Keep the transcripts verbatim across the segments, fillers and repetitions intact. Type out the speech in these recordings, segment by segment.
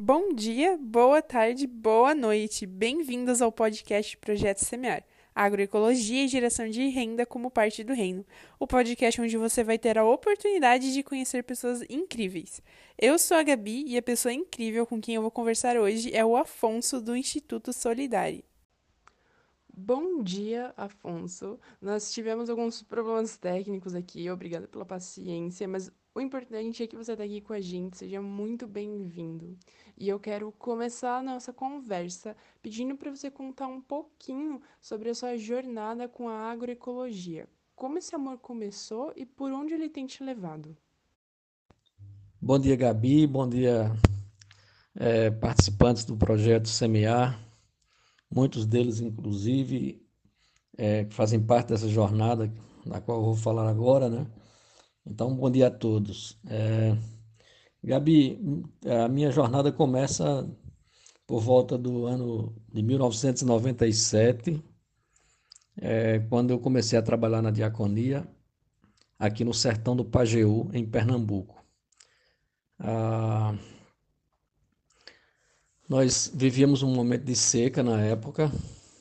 Bom dia, boa tarde, boa noite. Bem-vindos ao podcast Projeto Semear, Agroecologia e Geração de Renda como parte do reino. O podcast onde você vai ter a oportunidade de conhecer pessoas incríveis. Eu sou a Gabi e a pessoa incrível com quem eu vou conversar hoje é o Afonso do Instituto Solidari. Bom dia, Afonso. Nós tivemos alguns problemas técnicos aqui, obrigada pela paciência, mas o importante é que você está aqui com a gente, seja muito bem-vindo. E eu quero começar a nossa conversa pedindo para você contar um pouquinho sobre a sua jornada com a agroecologia. Como esse amor começou e por onde ele tem te levado? Bom dia, Gabi. Bom dia, eh, participantes do projeto Semear. Muitos deles, inclusive, eh, que fazem parte dessa jornada da qual eu vou falar agora, né? Então, bom dia a todos. Eh, Gabi, a minha jornada começa por volta do ano de mil novecentos e noventa e sete, eh, quando eu comecei a trabalhar na diaconia aqui no sertão do Pajeú, em Pernambuco. Ah, nós vivíamos um momento de seca na época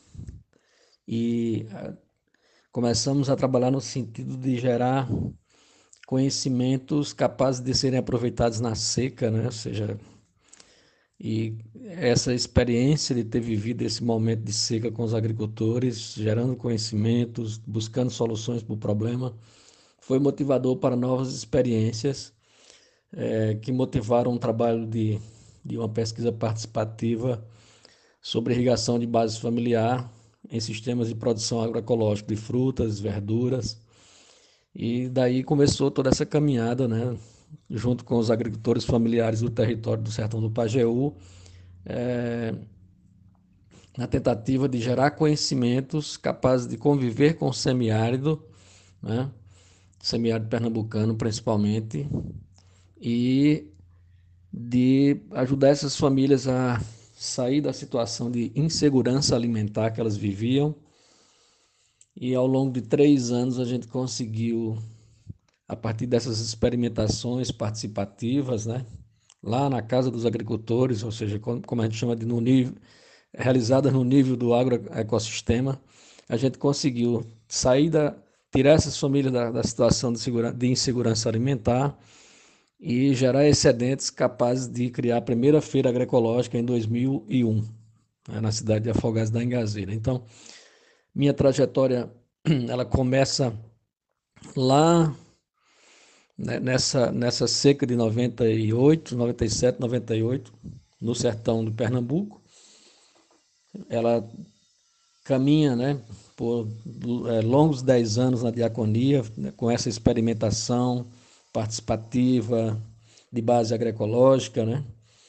e ah, começamos a trabalhar no sentido de gerar conhecimentos capazes de serem aproveitados na seca, né? Ou seja, e essa experiência de ter vivido esse momento de seca com os agricultores, gerando conhecimentos, buscando soluções para o problema, foi motivador para novas experiências, eh, que motivaram um trabalho de, de uma pesquisa participativa sobre irrigação de base familiar em sistemas de produção agroecológica de frutas, verduras. E daí começou toda essa caminhada, né, junto com os agricultores familiares do território do Sertão do Pajeú, é, na tentativa de gerar conhecimentos capazes de conviver com o semiárido, né, semiárido pernambucano principalmente, e de ajudar essas famílias a sair da situação de insegurança alimentar que elas viviam. E ao longo de três anos a gente conseguiu, a partir dessas experimentações participativas, né, lá na Casa dos Agricultores, ou seja, como a gente chama de no nível, realizadas no nível do agroecossistema, a gente conseguiu sair da, tirar essas famílias da, da situação de, segura, de insegurança alimentar e gerar excedentes capazes de criar a primeira feira agroecológica em dois mil e um, né, na cidade de Afogados da Engazeira. Então, minha trajetória ela começa lá, né, nessa, nessa seca de noventa e oito, noventa e sete, noventa e oito, no sertão do Pernambuco. Ela caminha, né, por é, longos dez anos na diaconia, né, com essa experimentação participativa de base agroecológica, né.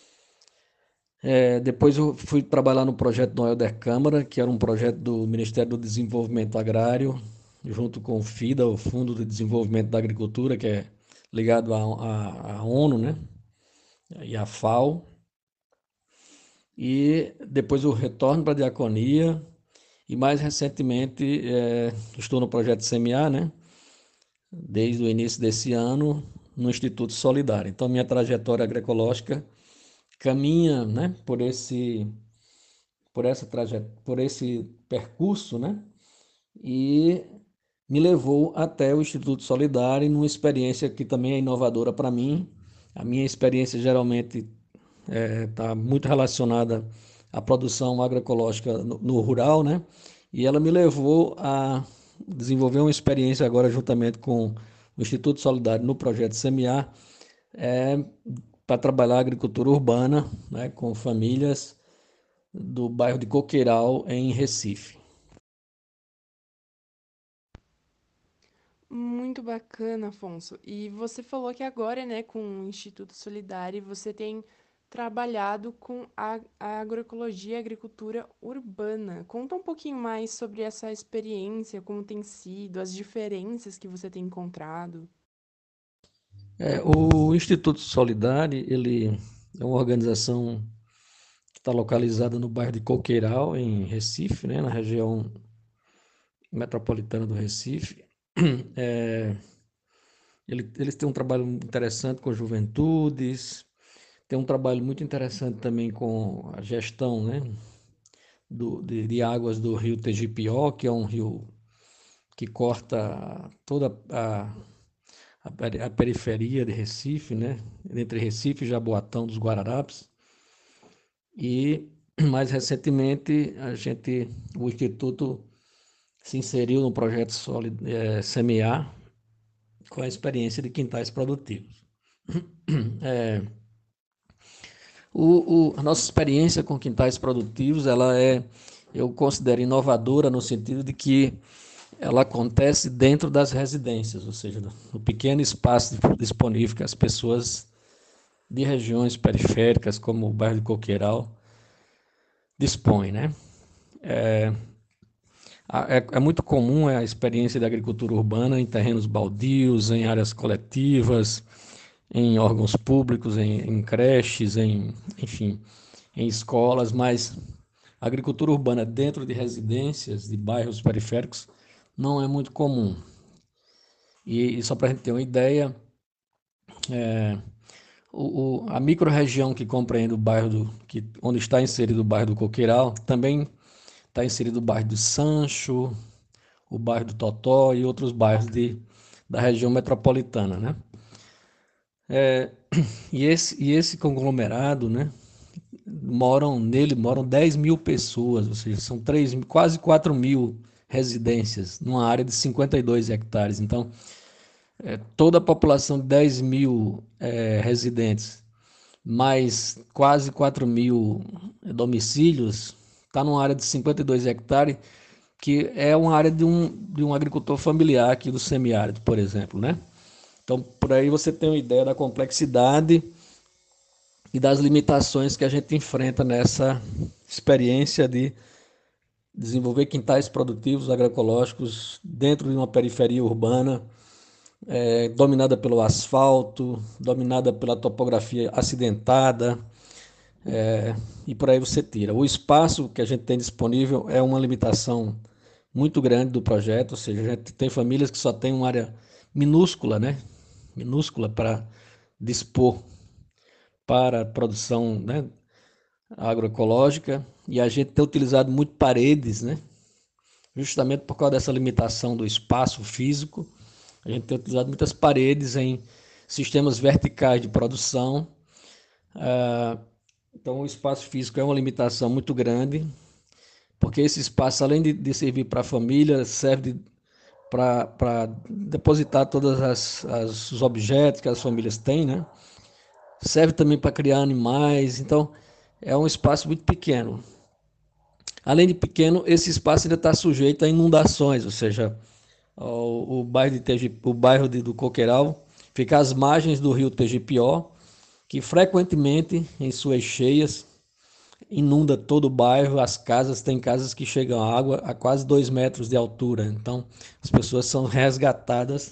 É, depois eu fui trabalhar no projeto Noel der Câmara, que era um projeto do Ministério do Desenvolvimento Agrário, junto com o FIDA, o Fundo de Desenvolvimento da Agricultura, que é ligado à, à, à ONU, né, e à FAO. E depois eu retorno para a diaconia e mais recentemente é, estou no projeto Semear, né, desde o início desse ano, no Instituto Solidário. Então minha trajetória agroecológica caminha, né, por esse por essa trajetória, por esse percurso, né, e me levou até o Instituto Solidário, numa experiência que também é inovadora para mim. A minha experiência geralmente está é, muito relacionada à produção agroecológica no, no rural, né? E ela me levou a desenvolver uma experiência agora juntamente com o Instituto Solidário no projeto Semear, é, para trabalhar a agricultura urbana, né, com famílias do bairro de Coqueiral, em Recife. Muito bacana, Afonso. E você falou que agora, né, com o Instituto Solidário, você tem trabalhado com a, a agroecologia e a agricultura urbana. Conta um pouquinho mais sobre essa experiência, como tem sido, as diferenças que você tem encontrado. É, o Instituto Solidário, ele é uma organização que está localizada no bairro de Coqueiral, em Recife, né, na região metropolitana do Recife. É, ele, eles têm um trabalho interessante com juventudes, tem um trabalho muito interessante também com a gestão, né, do, de, de águas do rio Tegipió, que é um rio que corta toda a, a, a periferia de Recife, né, entre Recife e Jaboatão dos Guararapes. E mais recentemente a gente, o Instituto se inseriu no projeto Solid, é, Semear, com a experiência de quintais produtivos. É, o, o, a nossa experiência com quintais produtivos, ela é, eu considero inovadora no sentido de que ela acontece dentro das residências, ou seja, no pequeno espaço disponível que as pessoas de regiões periféricas, como o bairro de Coqueiral, dispõem, né? É, é, é muito comum a experiência da agricultura urbana em terrenos baldios, em áreas coletivas, em órgãos públicos, em, em creches, em, enfim, em escolas, mas a agricultura urbana dentro de residências, de bairros periféricos, não é muito comum. E, e só para a gente ter uma ideia, é, o, o, a microrregião que compreende o bairro do, que, onde está inserido o bairro do Coqueiral, também está inserido o bairro do Sancho, o bairro do Totó e outros bairros de, da região metropolitana, né? É, e, esse, e esse conglomerado, né, moram nele moram dez mil pessoas, ou seja, são três, quase quatro mil residências, numa área de cinquenta e dois hectares. Então, é, toda a população de dez mil é, residentes, mais quase quatro mil domicílios, está numa área de cinquenta e dois hectares, que é uma área de um, de um agricultor familiar aqui do semiárido, por exemplo, né? Então, por aí você tem uma ideia da complexidade e das limitações que a gente enfrenta nessa experiência de desenvolver quintais produtivos agroecológicos dentro de uma periferia urbana, é, dominada pelo asfalto, dominada pela topografia acidentada, é, e por aí você tira. O espaço que a gente tem disponível é uma limitação muito grande do projeto, ou seja, a gente tem famílias que só têm uma área minúscula, né? Minúscula para dispor para a produção, né, agroecológica, e a gente tem utilizado muito paredes, né? Justamente por causa dessa limitação do espaço físico, a gente tem utilizado muitas paredes em sistemas verticais de produção. Ah, então, o espaço físico é uma limitação muito grande, porque esse espaço, além de, de servir para a família, serve para depositar todos as, as, os objetos que as famílias têm, né? Serve também para criar animais, então é um espaço muito pequeno. Além de pequeno, esse espaço ainda está sujeito a inundações, ou seja, o, o bairro, de Tegipi, o bairro de, do Coqueiral fica às margens do rio Tegipió, que frequentemente, em suas cheias, inunda todo o bairro, as casas, tem casas que chegam à água a quase dois metros de altura, então as pessoas são resgatadas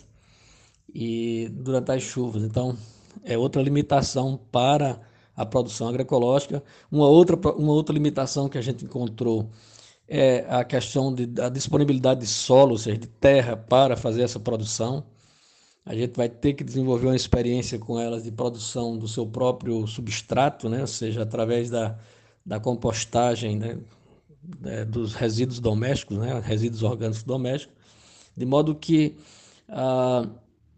e durante as chuvas, então é outra limitação para a produção agroecológica. Uma outra, uma outra limitação que a gente encontrou é a questão de, da disponibilidade de solo, ou seja, de terra para fazer essa produção. A gente vai ter que desenvolver uma experiência com elas de produção do seu próprio substrato, né? Ou seja, através da, da compostagem, né? É, dos resíduos domésticos, né? Resíduos orgânicos domésticos, de modo que ah,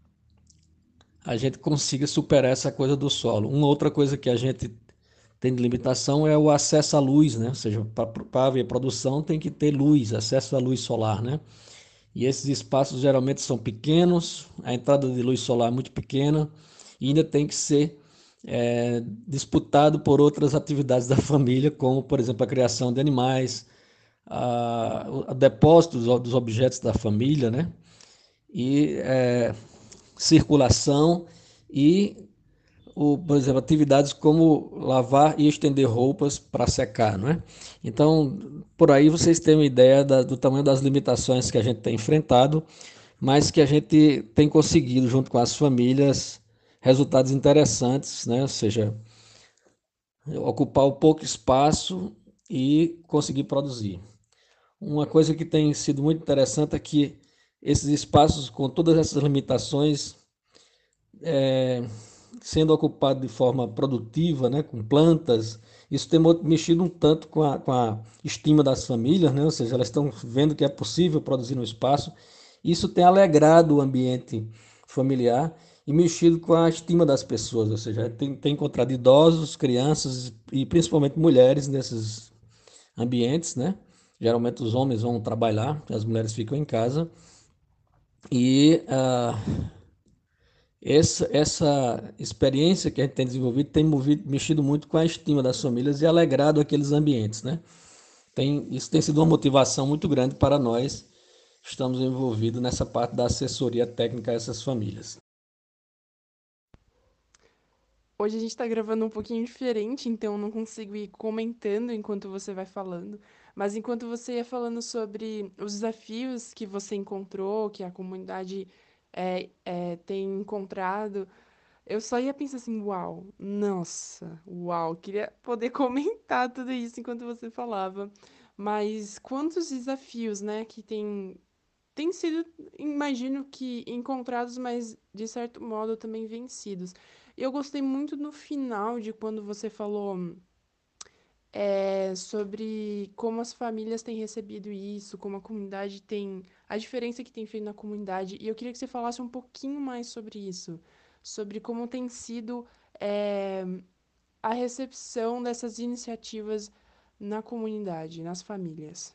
a gente consiga superar essa coisa do solo. Uma outra coisa que a gente tem de limitação é o acesso à luz, né? Ou seja, para haver produção tem que ter luz, acesso à luz solar, né? E esses espaços geralmente são pequenos, a entrada de luz solar é muito pequena e ainda tem que ser é, disputado por outras atividades da família, como, por exemplo, a criação de animais, a, a depósitos dos objetos da família, né? E é, circulação e, o, por exemplo, atividades como lavar e estender roupas para secar, não é? Então, por aí vocês têm uma ideia da, do tamanho das limitações que a gente tem enfrentado, mas que a gente tem conseguido, junto com as famílias, resultados interessantes, né? Ou seja, ocupar o pouco espaço e conseguir produzir. Uma coisa que tem sido muito interessante é que esses espaços, com todas essas limitações, é, sendo ocupado de forma produtiva, né, com plantas, isso tem mexido um tanto com a, com a estima das famílias, né, ou seja, elas estão vendo que é possível produzir no espaço. Isso tem alegrado o ambiente familiar e mexido com a estima das pessoas, ou seja, tem, tem encontrado idosos, crianças e principalmente mulheres nesses ambientes, né? Geralmente os homens vão trabalhar, as mulheres ficam em casa. E ah, essa, essa experiência que a gente tem desenvolvido tem movido, mexido muito com a estima das famílias e alegrado aqueles ambientes, né? Tem, isso tem sido uma motivação muito grande para nós que estamos envolvidos nessa parte da assessoria técnica a essas famílias. Hoje a gente tá gravando um pouquinho diferente, então eu não consigo ir comentando enquanto você vai falando. Mas enquanto você ia falando sobre os desafios que você encontrou, que a comunidade é, é, tem encontrado, eu só ia pensar assim, uau, nossa, uau, queria poder comentar tudo isso enquanto você falava. Mas quantos desafios, né, que tem, tem sido, imagino que encontrados, mas de certo modo também vencidos. Eu gostei muito no final de quando você falou é, sobre como as famílias têm recebido isso, como a comunidade tem, a diferença que tem feito na comunidade. E eu queria que você falasse um pouquinho mais sobre isso, sobre como tem sido é, a recepção dessas iniciativas na comunidade, nas famílias.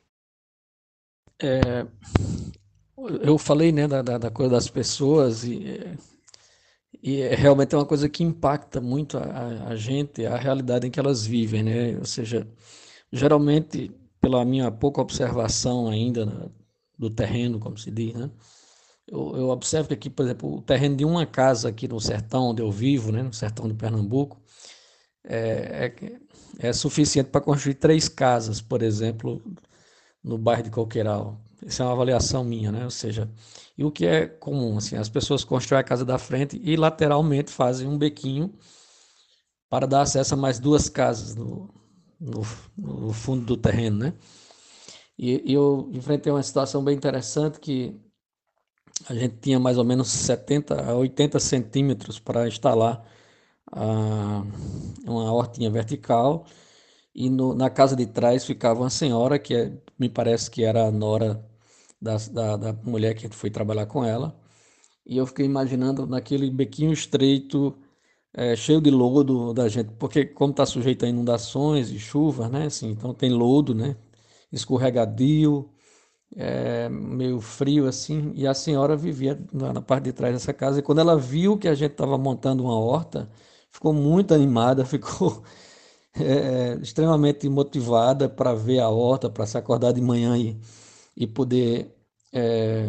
Eu falei, né, da, da, da coisa das pessoas e, e é realmente é uma coisa que impacta muito a, a gente, a realidade em que elas vivem, né? Ou seja, geralmente, pela minha pouca observação ainda na- do terreno, como se diz, né? Eu, eu observo que aqui, por exemplo, o terreno de uma casa aqui no sertão onde eu vivo, né, no sertão de Pernambuco, é, é, é suficiente para construir três casas, por exemplo, no bairro de Coqueiral. Essa é uma avaliação minha, né? Ou seja, e o que é comum, assim, as pessoas constroem a casa da frente e lateralmente fazem um bequinho para dar acesso a mais duas casas no, no, no fundo do terreno, né? E, e eu enfrentei uma situação bem interessante que a gente tinha mais ou menos setenta a oitenta centímetros para instalar a, uma hortinha vertical e no, na casa de trás ficava uma senhora que é, me parece que era a nora da, da, da mulher que foi trabalhar com ela. E eu fiquei imaginando naquele bequinho estreito, é, cheio de lodo da gente, porque como está sujeito a inundações e chuvas, né? Assim, então tem lodo, né? Escorregadio, é, meio frio assim. E a senhora vivia na, na parte de trás dessa casa. E quando ela viu que a gente estava montando uma horta, ficou muito animada, ficou é, extremamente motivada para ver a horta, para se acordar de manhã e, e poder é,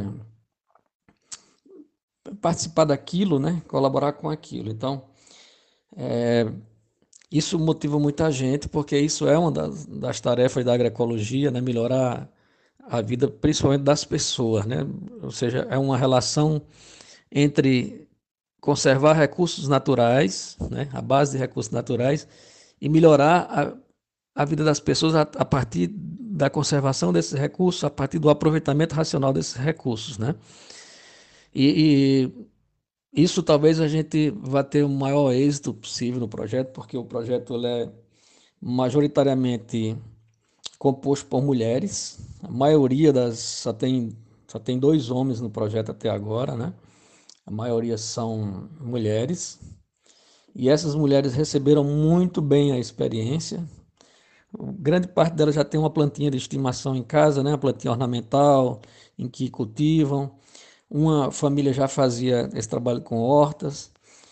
participar daquilo, né? Colaborar com aquilo. Então, isso motiva muita gente, porque isso é uma das, das tarefas da agroecologia, né? Melhorar a vida, principalmente das pessoas, né? Ou seja, é uma relação entre conservar recursos naturais, né? A base de recursos naturais, e melhorar a, a vida das pessoas a, a partir da conservação desses recursos, a partir do aproveitamento racional desses recursos, né? E, e isso talvez a gente vá ter o maior êxito possível no projeto, porque o projeto ele é majoritariamente composto por mulheres. A maioria das só tem só tem dois homens no projeto até agora, né? A maioria são mulheres. E essas mulheres receberam muito bem a experiência. Grande parte delas já tem uma plantinha de estimação em casa, né? Uma plantinha ornamental em que cultivam. Uma família já fazia esse trabalho com hortas.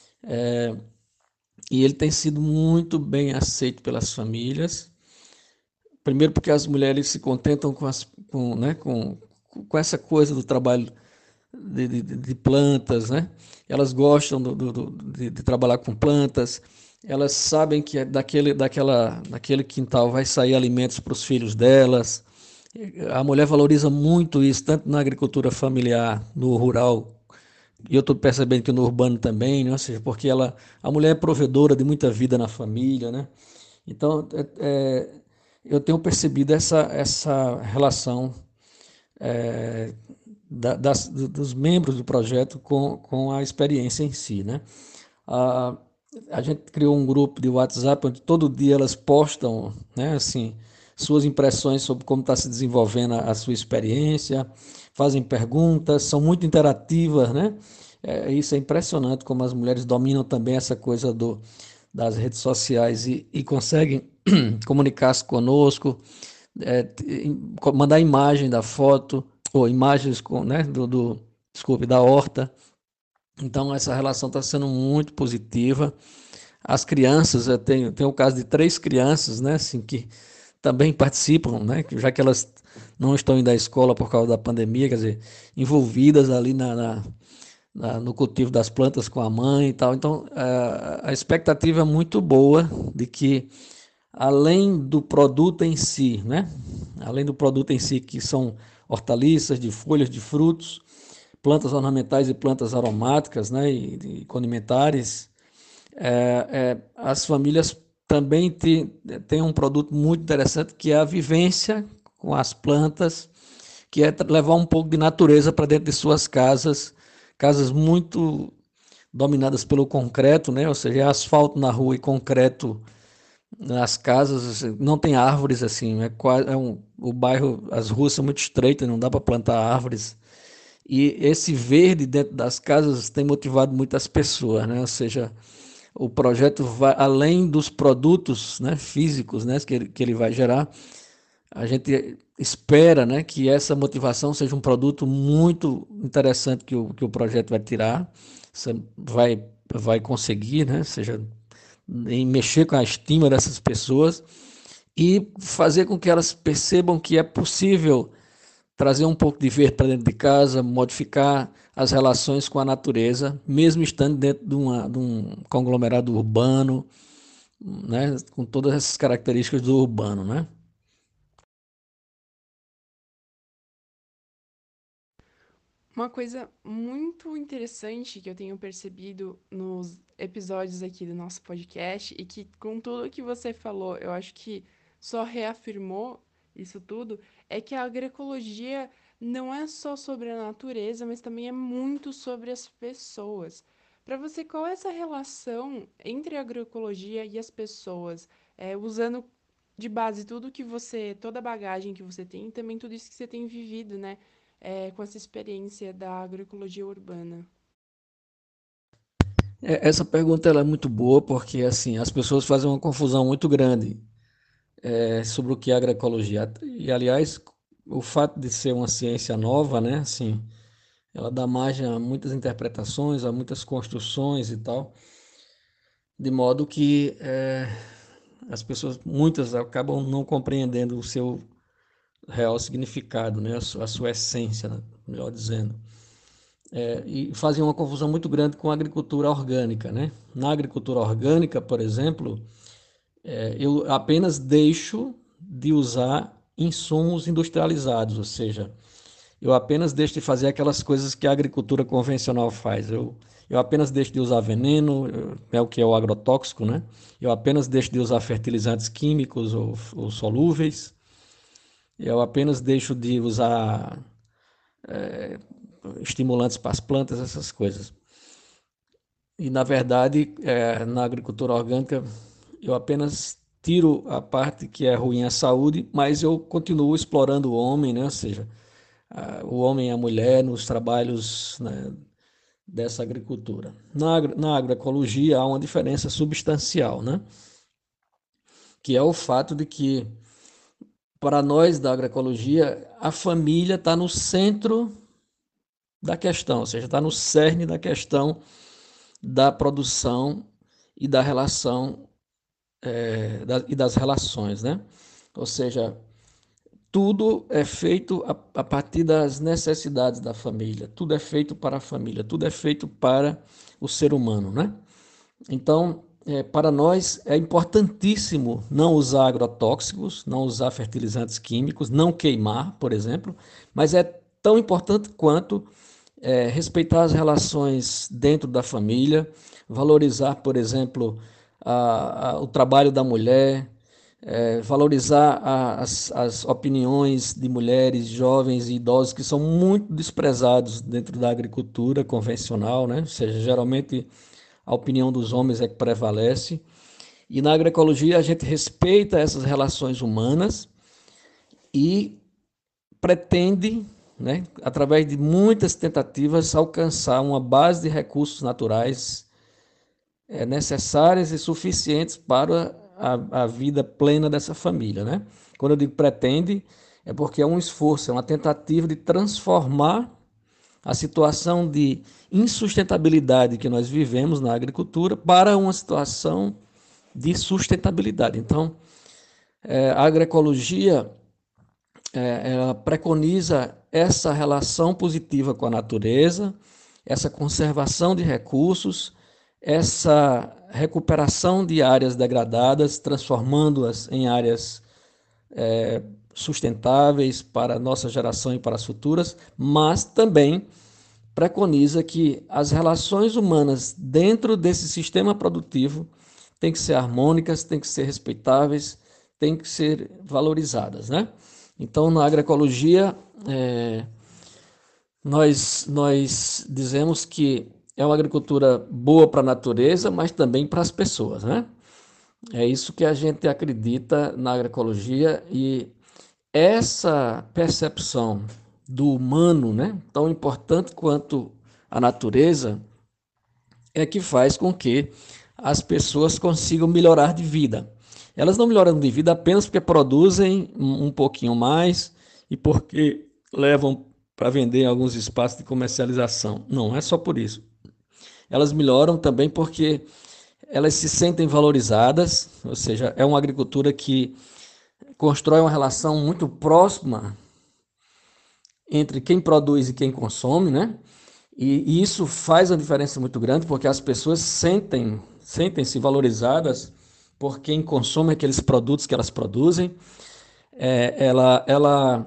E ele tem sido muito bem aceito pelas famílias. Primeiro porque as mulheres se contentam com, as, com, né, com, com essa coisa do trabalho de, de, de plantas, né? Elas gostam do, do, do, de, de trabalhar com plantas, elas sabem que daquele, daquela, daquele quintal vai sair alimentos para os filhos delas. A mulher valoriza muito isso, tanto na agricultura familiar, no rural, e eu estou percebendo que no urbano também, né? Ou seja, porque ela, a mulher é provedora de muita vida na família, né? Então, é, é, eu tenho percebido essa, essa relação é, da, das, dos membros do projeto com, com a experiência em si, né? Ah, A gente criou um grupo de WhatsApp onde todo dia elas postam, né, assim, suas impressões sobre como está se desenvolvendo a, a sua experiência, fazem perguntas, são muito interativas, né? É, isso é impressionante como as mulheres dominam também essa coisa do, das redes sociais e, e conseguem comunicar-se conosco, é, mandar imagem da foto, ou imagens com, né, do, do, desculpe, da horta. Então, essa relação está sendo muito positiva. As crianças, eu tenho, tenho o caso de três crianças, né, assim, que também participam, né, já que elas não estão indo à escola por causa da pandemia, quer dizer, envolvidas ali na, na, na, no cultivo das plantas com a mãe e tal. Então, a, a expectativa é muito boa de que, além do produto em si, né, além do produto em si, que são hortaliças, de folhas, de frutos, plantas ornamentais e plantas aromáticas, né, e, e condimentares, é, é, as famílias também têm um produto muito interessante que é a vivência com as plantas, que é levar um pouco de natureza para dentro de suas casas, casas muito dominadas pelo concreto, né? Ou seja, asfalto na rua e concreto nas casas, não tem árvores assim, é quase, é um, o bairro, as ruas são muito estreitas, não dá para plantar árvores. E esse verde dentro das casas tem motivado muitas pessoas, né? Ou seja, o projeto vai além dos produtos, né, físicos, né, que ele, que ele vai gerar. A gente espera, né, que essa motivação seja um produto muito interessante que o, que o projeto vai tirar, vai, vai conseguir, né, seja em mexer com a estima dessas pessoas e fazer com que elas percebam que é possível trazer um pouco de verde para dentro de casa, modificar as relações com a natureza, mesmo estando dentro de, uma, de um conglomerado urbano, né, com todas essas características do urbano, né? Uma coisa muito interessante que eu tenho percebido nos episódios aqui do nosso podcast e que, com tudo que você falou, eu acho que só reafirmou isso tudo, é que a agroecologia não é só sobre a natureza, mas também é muito sobre as pessoas. Para você, qual é essa relação entre a agroecologia e as pessoas? É, usando de base tudo que você, toda a bagagem que você tem e também tudo isso que você tem vivido, né? É, com essa experiência da agroecologia urbana. É, essa pergunta ela é muito boa porque assim as pessoas fazem uma confusão muito grande é, sobre o que é agroecologia. E aliás, o fato de ser uma ciência nova, né, assim, ela dá margem a muitas interpretações, a muitas construções e tal, de modo que é, as pessoas, muitas acabam não compreendendo o seu real significado, né, a sua, a sua essência, né, melhor dizendo. É, e fazem uma confusão muito grande com a agricultura orgânica, né? Na agricultura orgânica, por exemplo, é, eu apenas deixo de usar insumos industrializados, ou seja, eu apenas deixo de fazer aquelas coisas que a agricultura convencional faz. Eu, eu apenas deixo de usar veneno, é o que é o agrotóxico, né? Eu apenas deixo de usar fertilizantes químicos ou, ou solúveis. Eu apenas deixo de usar é, estimulantes para as plantas, essas coisas. E, na verdade, é, na agricultura orgânica, eu apenas tiro a parte que é ruim à saúde, mas eu continuo explorando o homem, né? Ou seja, a, o homem e a mulher nos trabalhos, né, dessa agricultura. Na, agro, na agroecologia há uma diferença substancial, né? Que é o fato de que, para nós da agroecologia, a família está no centro da questão, ou seja, está no cerne da questão da produção e da relação é, da, e das relações, né? Ou seja, tudo é feito a, a partir das necessidades da família, tudo é feito para a família, tudo é feito para o ser humano, né? Então, é, para nós é importantíssimo não usar agrotóxicos, não usar fertilizantes químicos, não queimar, por exemplo, mas é tão importante quanto é, respeitar as relações dentro da família, valorizar, por exemplo, a, a, o trabalho da mulher, é, valorizar a, as, as opiniões de mulheres, jovens e idosos que são muito desprezados dentro da agricultura convencional, né? Ou seja, geralmente a opinião dos homens é que prevalece. E na agroecologia a gente respeita essas relações humanas e pretende, né, através de muitas tentativas, alcançar uma base de recursos naturais é, necessárias e suficientes para a, a vida plena dessa família, né? Quando eu digo pretende, é porque é um esforço, é uma tentativa de transformar a situação de insustentabilidade que nós vivemos na agricultura para uma situação de sustentabilidade. Então, é, a agroecologia é, ela preconiza essa relação positiva com a natureza, essa conservação de recursos, essa recuperação de áreas degradadas, transformando-as em áreas é, sustentáveis para a nossa geração e para as futuras, mas também preconiza que as relações humanas dentro desse sistema produtivo têm que ser harmônicas, têm que ser respeitáveis, têm que ser valorizadas, né? Então, na agroecologia, é, nós, nós dizemos que é uma agricultura boa para a natureza, mas também para as pessoas, né? É isso que a gente acredita na agroecologia e essa percepção do humano, né, tão importante quanto a natureza, é que faz com que as pessoas consigam melhorar de vida. Elas não melhoram de vida apenas porque produzem um pouquinho mais e porque levam para vender em alguns espaços de comercialização. Não é só por isso. Elas melhoram também porque elas se sentem valorizadas, ou seja, é uma agricultura que constrói uma relação muito próxima entre quem produz e quem consome, né? E, e isso faz uma diferença muito grande, porque as pessoas sentem, sentem-se valorizadas por quem consome aqueles produtos que elas produzem. É, ela, ela,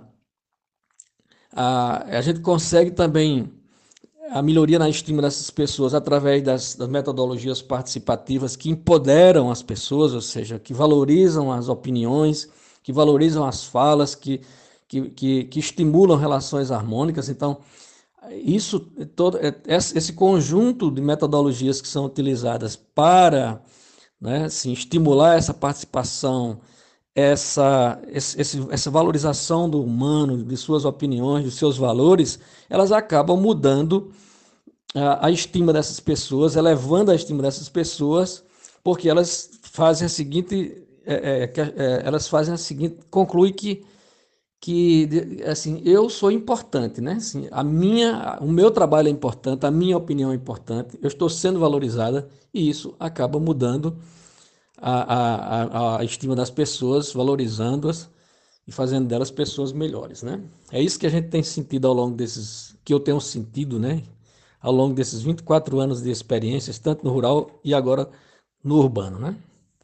a, a gente consegue também a melhoria na estima dessas pessoas através das, das metodologias participativas que empoderam as pessoas, ou seja, que valorizam as opiniões, que valorizam as falas, que, que, que, que estimulam relações harmônicas. Então, isso, todo, esse conjunto de metodologias que são utilizadas para, né, assim, estimular essa participação, essa, esse, essa valorização do humano, de suas opiniões, de seus valores, elas acabam mudando a, a estima dessas pessoas, elevando a estima dessas pessoas, porque elas fazem a seguinte, é, é, é, elas fazem a seguinte, conclui que que assim, eu sou importante, né? Assim, a minha, o meu trabalho é importante, a minha opinião é importante, eu estou sendo valorizada e isso acaba mudando a, a, a estima das pessoas, valorizando-as e fazendo delas pessoas melhores, né? É isso que a gente tem sentido ao longo desses, que eu tenho sentido, né? Ao longo desses vinte e quatro anos de experiências, tanto no rural e agora no urbano, né?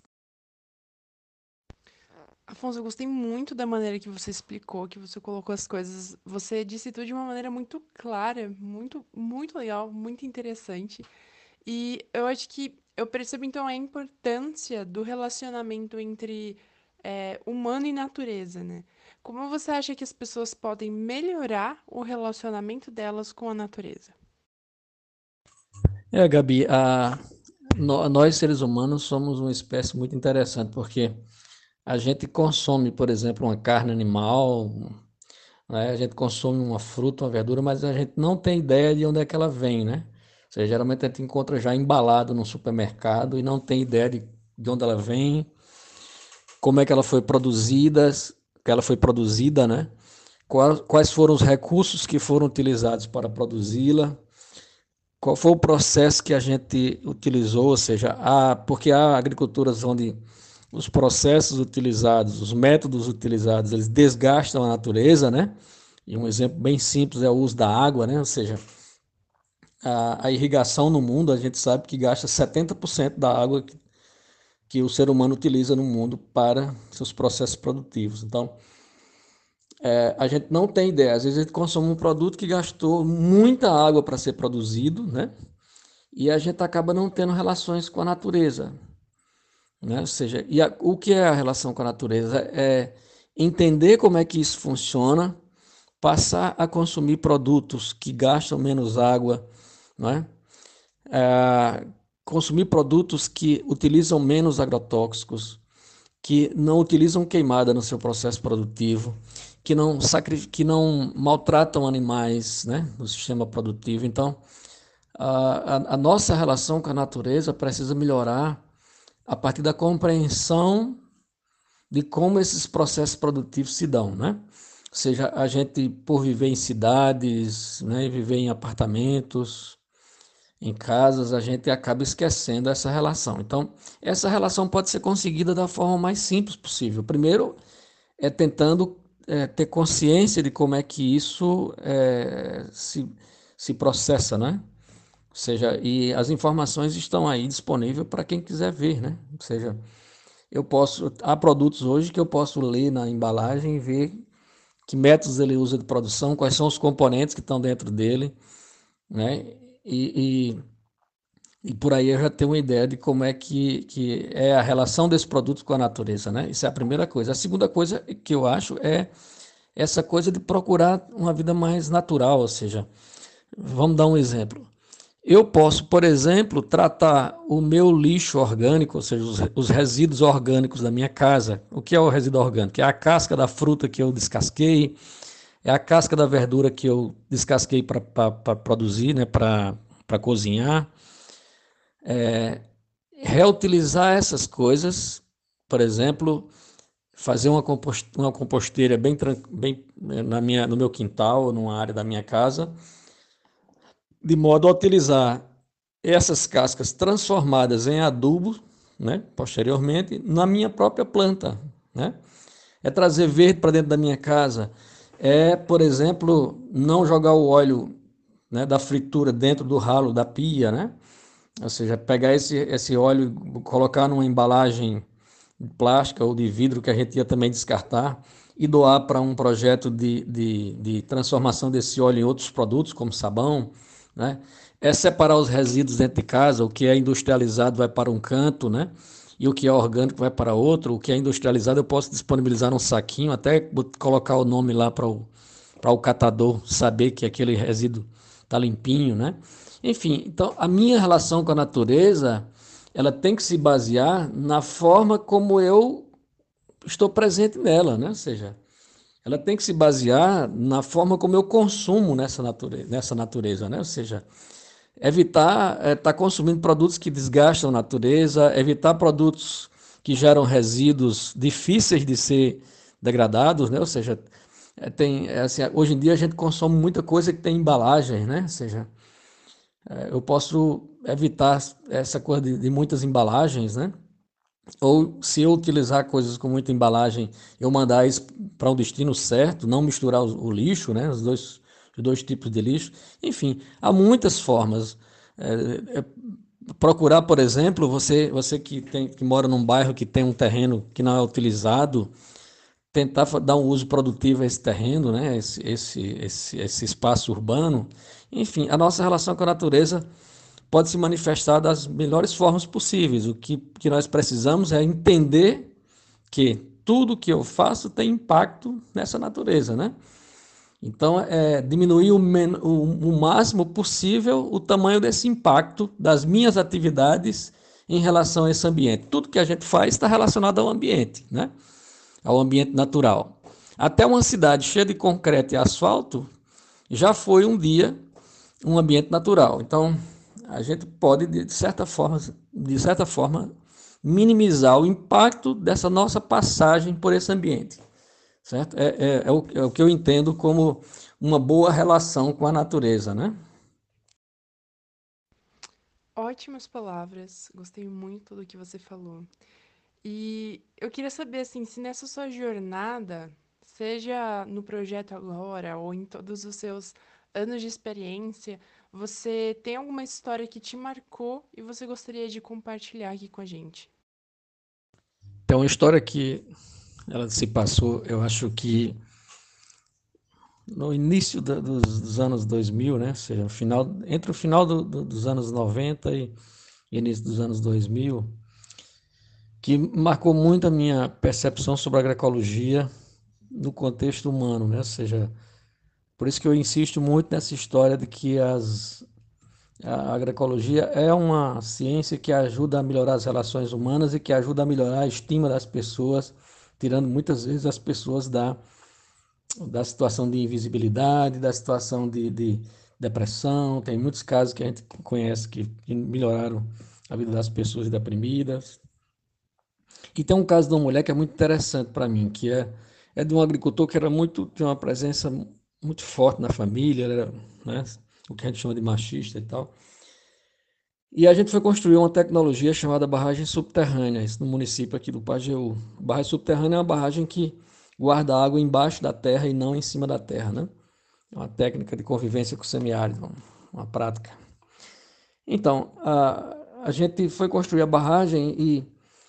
Afonso, eu gostei muito da maneira que você explicou, que você colocou as coisas. Você disse tudo de uma maneira muito clara, muito, muito legal, muito interessante. E eu acho que eu percebo então a importância do relacionamento entre é, humano e natureza, né? Como você acha que as pessoas podem melhorar o relacionamento delas com a natureza? É, Gabi, a, no- nós seres humanos somos uma espécie muito interessante, porque a gente consome, por exemplo, uma carne animal, né? A gente consome uma fruta, uma verdura, mas a gente não tem ideia de onde é que ela vem, né? Ou seja, geralmente a gente encontra já embalado no supermercado e não tem ideia de, de onde ela vem, como é que ela foi produzida, que ela foi produzida, né? Quais, quais foram os recursos que foram utilizados para produzi-la, qual foi o processo que a gente utilizou, ou seja, há, porque há agriculturas onde os processos utilizados, os métodos utilizados, eles desgastam a natureza, né? E um exemplo bem simples é o uso da água, né? Ou seja, a, a irrigação no mundo, a gente sabe que gasta setenta por cento da água que, que o ser humano utiliza no mundo para seus processos produtivos. Então, é, a gente não tem ideia. Às vezes a gente consome um produto que gastou muita água para ser produzido, né? E a gente acaba não tendo relações com a natureza, né? Ou seja, e a, o que é a relação com a natureza? É entender como é que isso funciona, passar a consumir produtos que gastam menos água, não é? É, consumir produtos que utilizam menos agrotóxicos, que não utilizam queimada no seu processo produtivo, que não, sacri... que não maltratam animais, né, no sistema produtivo. Então, a, a, a nossa relação com a natureza precisa melhorar a partir da compreensão de como esses processos produtivos se dão, né? Ou seja, a gente, por viver em cidades, né, viver em apartamentos, em casas, a gente acaba esquecendo essa relação. Então, essa relação pode ser conseguida da forma mais simples possível. Primeiro, é tentando é, ter consciência de como é que isso é, se, se processa, né? Ou seja, e as informações estão aí disponíveis para quem quiser ver, né? Ou seja, eu posso, há produtos hoje que eu posso ler na embalagem e ver que métodos ele usa de produção, quais são os componentes que estão dentro dele, né? E, e, e por aí eu já tenho uma ideia de como é que, que é a relação desse produto com a natureza, né? Isso é a primeira coisa. A segunda coisa que eu acho é essa coisa de procurar uma vida mais natural, ou seja, vamos dar um exemplo. Eu posso, por exemplo, tratar o meu lixo orgânico, ou seja, os, os resíduos orgânicos da minha casa. O que é o resíduo orgânico? É a casca da fruta que eu descasquei, é a casca da verdura que eu descasquei para produzir, né, para cozinhar. É, reutilizar essas coisas, por exemplo, fazer uma, compost, uma composteira bem, bem na minha, no meu quintal, numa área da minha casa, de modo a utilizar essas cascas transformadas em adubo, né, posteriormente, na minha própria planta, né? É trazer verde para dentro da minha casa, é, por exemplo, não jogar o óleo, né, da fritura dentro do ralo da pia, né? Ou seja, pegar esse, esse óleo e colocar numa embalagem de plástica ou de vidro que a gente ia também descartar e doar para um projeto de, de, de transformação desse óleo em outros produtos, como sabão, né? É separar os resíduos dentro de casa, o que é industrializado vai para um canto, né? E o que é orgânico vai para outro. O que é industrializado eu posso disponibilizar num saquinho, até colocar o nome lá para o, para o catador saber que aquele resíduo está limpinho, né? Enfim, então a minha relação com a natureza, ela tem que se basear na forma como eu estou presente nela, né? Ou seja, ela tem que se basear na forma como eu consumo nessa natureza, nessa natureza, né? Ou seja, evitar estar é, tá consumindo produtos que desgastam a natureza, evitar produtos que geram resíduos difíceis de ser degradados, né? Ou seja, é, tem, é, assim, hoje em dia a gente consome muita coisa que tem embalagem, né? Ou seja, é, eu posso evitar essa coisa de, de muitas embalagens, né? Ou se eu utilizar coisas com muita embalagem, eu mandar isso para um destino certo, não misturar o, o lixo, né? Os dois, os dois tipos de lixo. Enfim, há muitas formas. É, é, procurar, por exemplo, você, você que, tem, que mora num bairro que tem um terreno que não é utilizado, tentar dar um uso produtivo a esse terreno, né? esse, esse, esse, esse espaço urbano. Enfim, a nossa relação com a natureza pode se manifestar das melhores formas possíveis. O que, que nós precisamos é entender que tudo que eu faço tem impacto nessa natureza, né? Então, é diminuir o, men- o, o máximo possível o tamanho desse impacto das minhas atividades em relação a esse ambiente. Tudo que a gente faz está relacionado ao ambiente, né? Ao ambiente natural. Até uma cidade cheia de concreto e asfalto já foi um dia um ambiente natural. Então, a gente pode, de certa forma, de certa forma, minimizar o impacto dessa nossa passagem por esse ambiente. Certo? É, é, é, o, é o que eu entendo como uma boa relação com a natureza, né? Ótimas palavras, gostei muito do que você falou. E eu queria saber, assim, se nessa sua jornada, seja no projeto agora ou em todos os seus anos de experiência, você tem alguma história que te marcou e você gostaria de compartilhar aqui com a gente? Então, uma história que ela se passou, eu acho que no início da, dos, dos anos dois mil, né? Ou seja, no final, entre o final do, do, dos anos noventa e início dos anos dois mil, que marcou muito a minha percepção sobre a agroecologia no contexto humano, né? Ou seja, por isso que eu insisto muito nessa história de que as, A agroecologia é uma ciência que ajuda a melhorar as relações humanas e que ajuda a melhorar a estima das pessoas, tirando muitas vezes as pessoas da, da situação de invisibilidade, da situação de, de depressão. Tem muitos casos que a gente conhece que, que melhoraram a vida das pessoas deprimidas. E tem um caso de uma mulher que é muito interessante para mim, que é, é de um agricultor que era muito, tinha uma presença muito forte na família, era, né, o que a gente chama de machista e tal. E a gente foi construir uma tecnologia chamada barragem subterrânea, isso no município aqui do Pajeú. Barragem subterrânea é uma barragem que guarda água embaixo da terra e não em cima da terra, né? É uma técnica de convivência com o semiárido, uma prática. Então, a, a gente foi construir a barragem e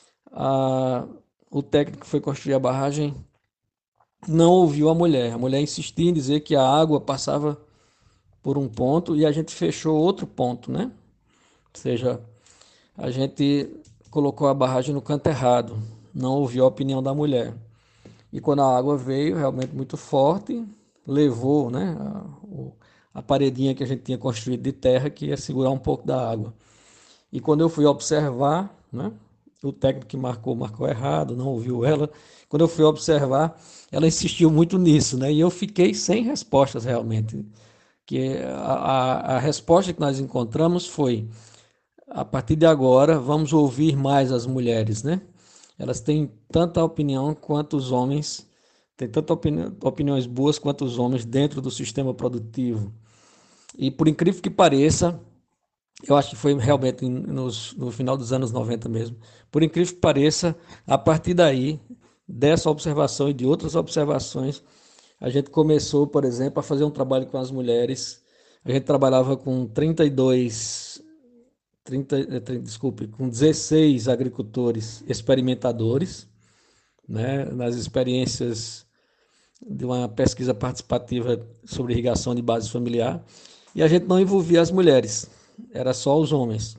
a, o técnico que foi construir a barragem não ouviu a mulher. A mulher insistia em dizer que a água passava por um ponto e a gente fechou outro ponto, né? Ou seja, a gente colocou a barragem no canto errado, não ouviu a opinião da mulher. E quando a água veio realmente muito forte, levou, né, a, a paredinha que a gente tinha construído de terra que ia segurar um pouco da água. E quando eu fui observar, né, o técnico que marcou, marcou errado, não ouviu ela. Quando eu fui observar, ela insistiu muito nisso, né, e eu fiquei sem respostas realmente. Que a, a, a resposta que nós encontramos foi: a partir de agora, vamos ouvir mais as mulheres, né? Elas têm tanta opinião quanto os homens, têm tantas opini opiniões boas quanto os homens dentro do sistema produtivo. E por incrível que pareça, eu acho que foi realmente nos, no final dos anos noventa mesmo, por incrível que pareça, a partir daí, dessa observação e de outras observações, a gente começou, por exemplo, a fazer um trabalho com as mulheres. A gente trabalhava com trinta e dois trinta, desculpe, com dezesseis agricultores experimentadores, né, nas experiências de uma pesquisa participativa sobre irrigação de base familiar, e a gente não envolvia as mulheres, era só os homens.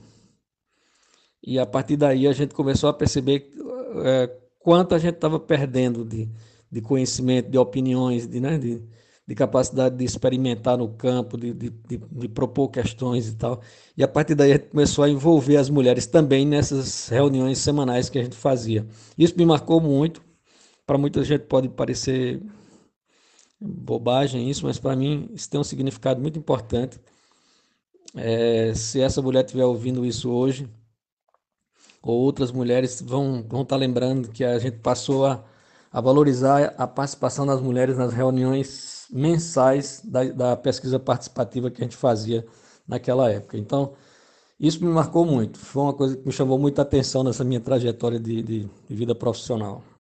E a partir daí a gente começou a perceber é, quanto a gente estava perdendo de, de conhecimento, de opiniões, de, né, de, de capacidade de experimentar no campo, de, de, de, de propor questões e tal. E a partir daí a gente começou a envolver as mulheres também nessas reuniões semanais que a gente fazia. Isso me marcou muito. Para muita gente pode parecer bobagem isso, mas para mim isso tem um significado muito importante. É, se essa mulher estiver ouvindo isso hoje, ou outras mulheres vão vão estar lembrando que a gente passou a, a valorizar a participação das mulheres nas reuniões mensais da, da pesquisa participativa que a gente fazia naquela época. Então, isso me marcou muito. Foi uma coisa que me chamou muita atenção nessa minha trajetória de, de, de vida profissional.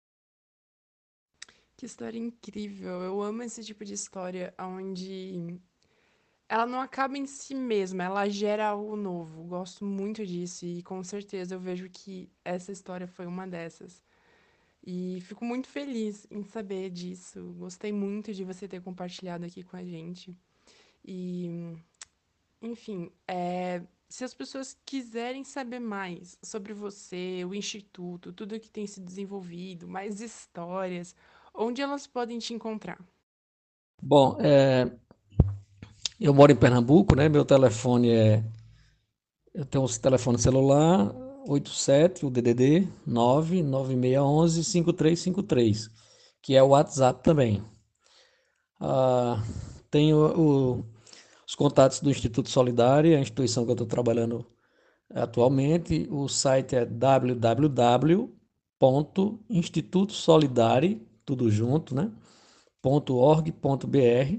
Que história incrível. Eu amo esse tipo de história onde ela não acaba em si mesma, ela gera algo novo. Gosto muito disso e com certeza eu vejo que essa história foi uma dessas. E fico muito feliz em saber disso. Gostei muito de você ter compartilhado aqui com a gente. E, enfim, é, se as pessoas quiserem saber mais sobre você, o Instituto, tudo que tem se desenvolvido, mais histórias, onde elas podem te encontrar? Bom, é, eu moro em Pernambuco, né? Meu telefone é. Eu tenho um telefone celular oitenta e sete, o D D D nove nove seis um um cinco três cinco três, que é o WhatsApp também. Ah, tenho o, os contatos do Instituto Solidário, a instituição que eu estou trabalhando atualmente. O site é w w w ponto instituto solidari, tudo junto, né? .org.br.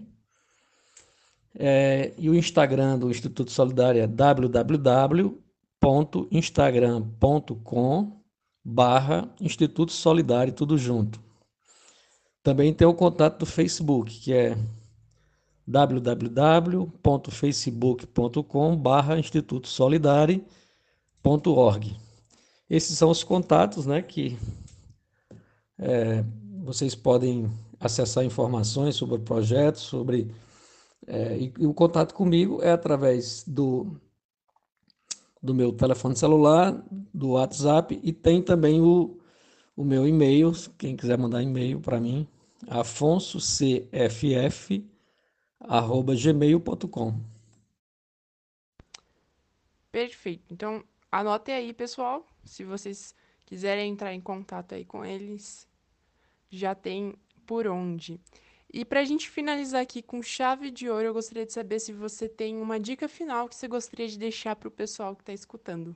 É, e o Instagram do Instituto Solidário é w w w ponto instagram ponto com barra Instituto Solidário, tudo junto. Também tem o contato do Facebook, que é w w w ponto facebook ponto com barra Instituto Solidário ponto org. Esses são os contatos, né, que é, vocês podem acessar informações sobre o projeto, sobre é, e, e o contato comigo é através do do meu telefone celular, do WhatsApp, e tem também o, o meu e-mail, quem quiser mandar e-mail para mim, afonso c f f arroba gmail ponto com. Perfeito. Então, anotem aí, pessoal. Se vocês quiserem entrar em contato aí com eles, já tem por onde. E para a gente finalizar aqui com chave de ouro, eu gostaria de saber se você tem uma dica final que você gostaria de deixar para o pessoal que está escutando.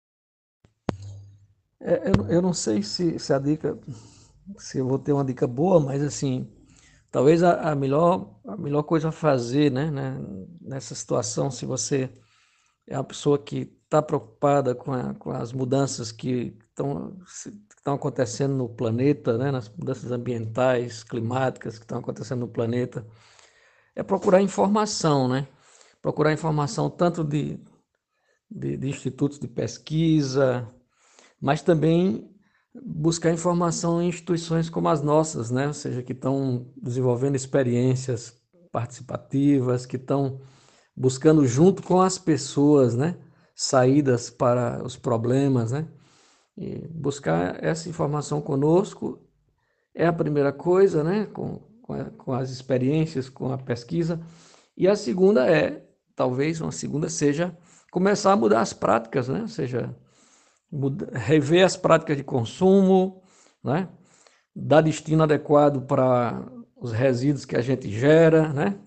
É, eu, eu não sei se, se a dica, se eu vou ter uma dica boa, mas assim, talvez a, a melhor, a melhor coisa a fazer, né, né, nessa situação, se você é uma pessoa que está preocupada com, a, com as mudanças que estão estão acontecendo no planeta, né, nas mudanças ambientais, climáticas que estão acontecendo no planeta, é procurar informação, né? Procurar informação tanto de, de, de institutos de pesquisa, mas também buscar informação em instituições como as nossas, né? Ou seja, que estão desenvolvendo experiências participativas, que estão buscando junto com as pessoas, né, saídas para os problemas, né? E buscar essa informação conosco é a primeira coisa, né, com, com, a, com as experiências, com a pesquisa. E a segunda é, talvez uma segunda seja começar a mudar as práticas, né? Ou seja, muda, rever as práticas de consumo, né? Dar destino adequado para os resíduos que a gente gera, né?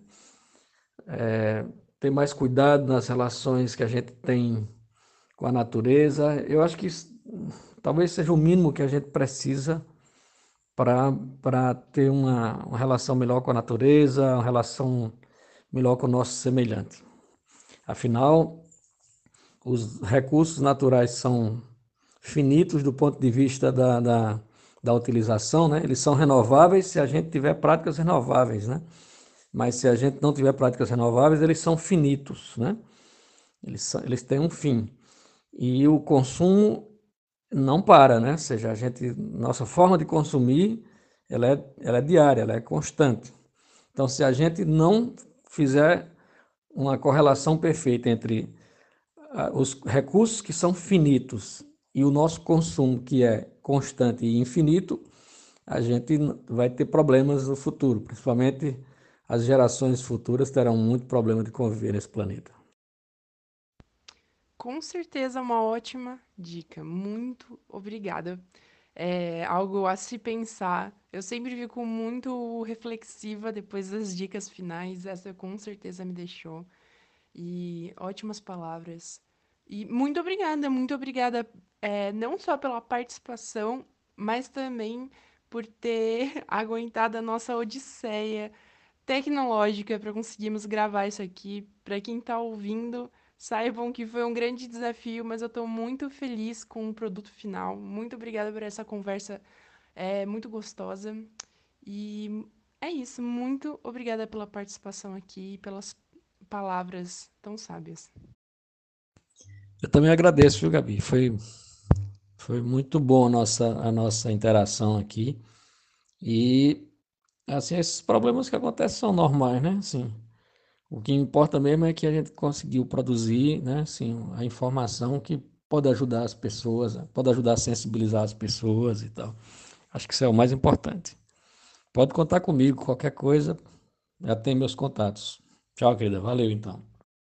É, ter mais cuidado nas relações que a gente tem com a natureza. Eu acho que isso, talvez seja o mínimo que a gente precisa para para ter uma, uma relação melhor com a natureza, uma relação melhor com o nosso semelhante. Afinal, os recursos naturais são finitos do ponto de vista da, da, da utilização, né? Eles são renováveis se a gente tiver práticas renováveis, né? Mas se a gente não tiver práticas renováveis, eles são finitos, né? Eles, são, eles têm um fim. E o consumo não para, né? Ou seja, a gente, nossa forma de consumir, ela é, ela é diária, ela é constante. Então, se a gente não fizer uma correlação perfeita entre os recursos que são finitos e o nosso consumo, que é constante e infinito, a gente vai ter problemas no futuro, principalmente as gerações futuras terão muito problema de conviver nesse planeta. Com certeza, uma ótima dica. Muito obrigada. É algo a se pensar. Eu sempre fico muito reflexiva depois das dicas finais. Essa com certeza me deixou. E ótimas palavras. E muito obrigada, muito obrigada, é, não só pela participação, mas também por ter aguentado a nossa odisseia tecnológica para conseguirmos gravar isso aqui. Para quem está ouvindo, saibam que foi um grande desafio, mas eu estou muito feliz com o produto final. Muito obrigada por essa conversa é, muito gostosa. E é isso. Muito obrigada pela participação aqui e pelas palavras tão sábias. Eu também agradeço, viu, Gabi? Foi, foi muito bom a nossa, a nossa interação aqui. E, assim, esses problemas que acontecem são normais, né? Assim, o que importa mesmo é que a gente conseguiu produzir, né, assim, a informação que pode ajudar as pessoas, pode ajudar a sensibilizar as pessoas e tal. Acho que isso é o mais importante. Pode contar comigo, qualquer coisa, já tem meus contatos. Tchau, querida. Valeu, então.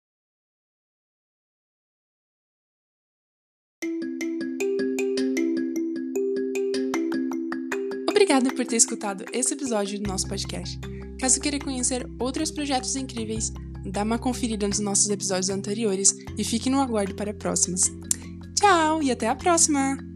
Obrigada por ter escutado esse episódio do nosso podcast. Caso queira conhecer outros projetos incríveis, dá uma conferida nos nossos episódios anteriores e fique no aguardo para próximos. Tchau e até a próxima!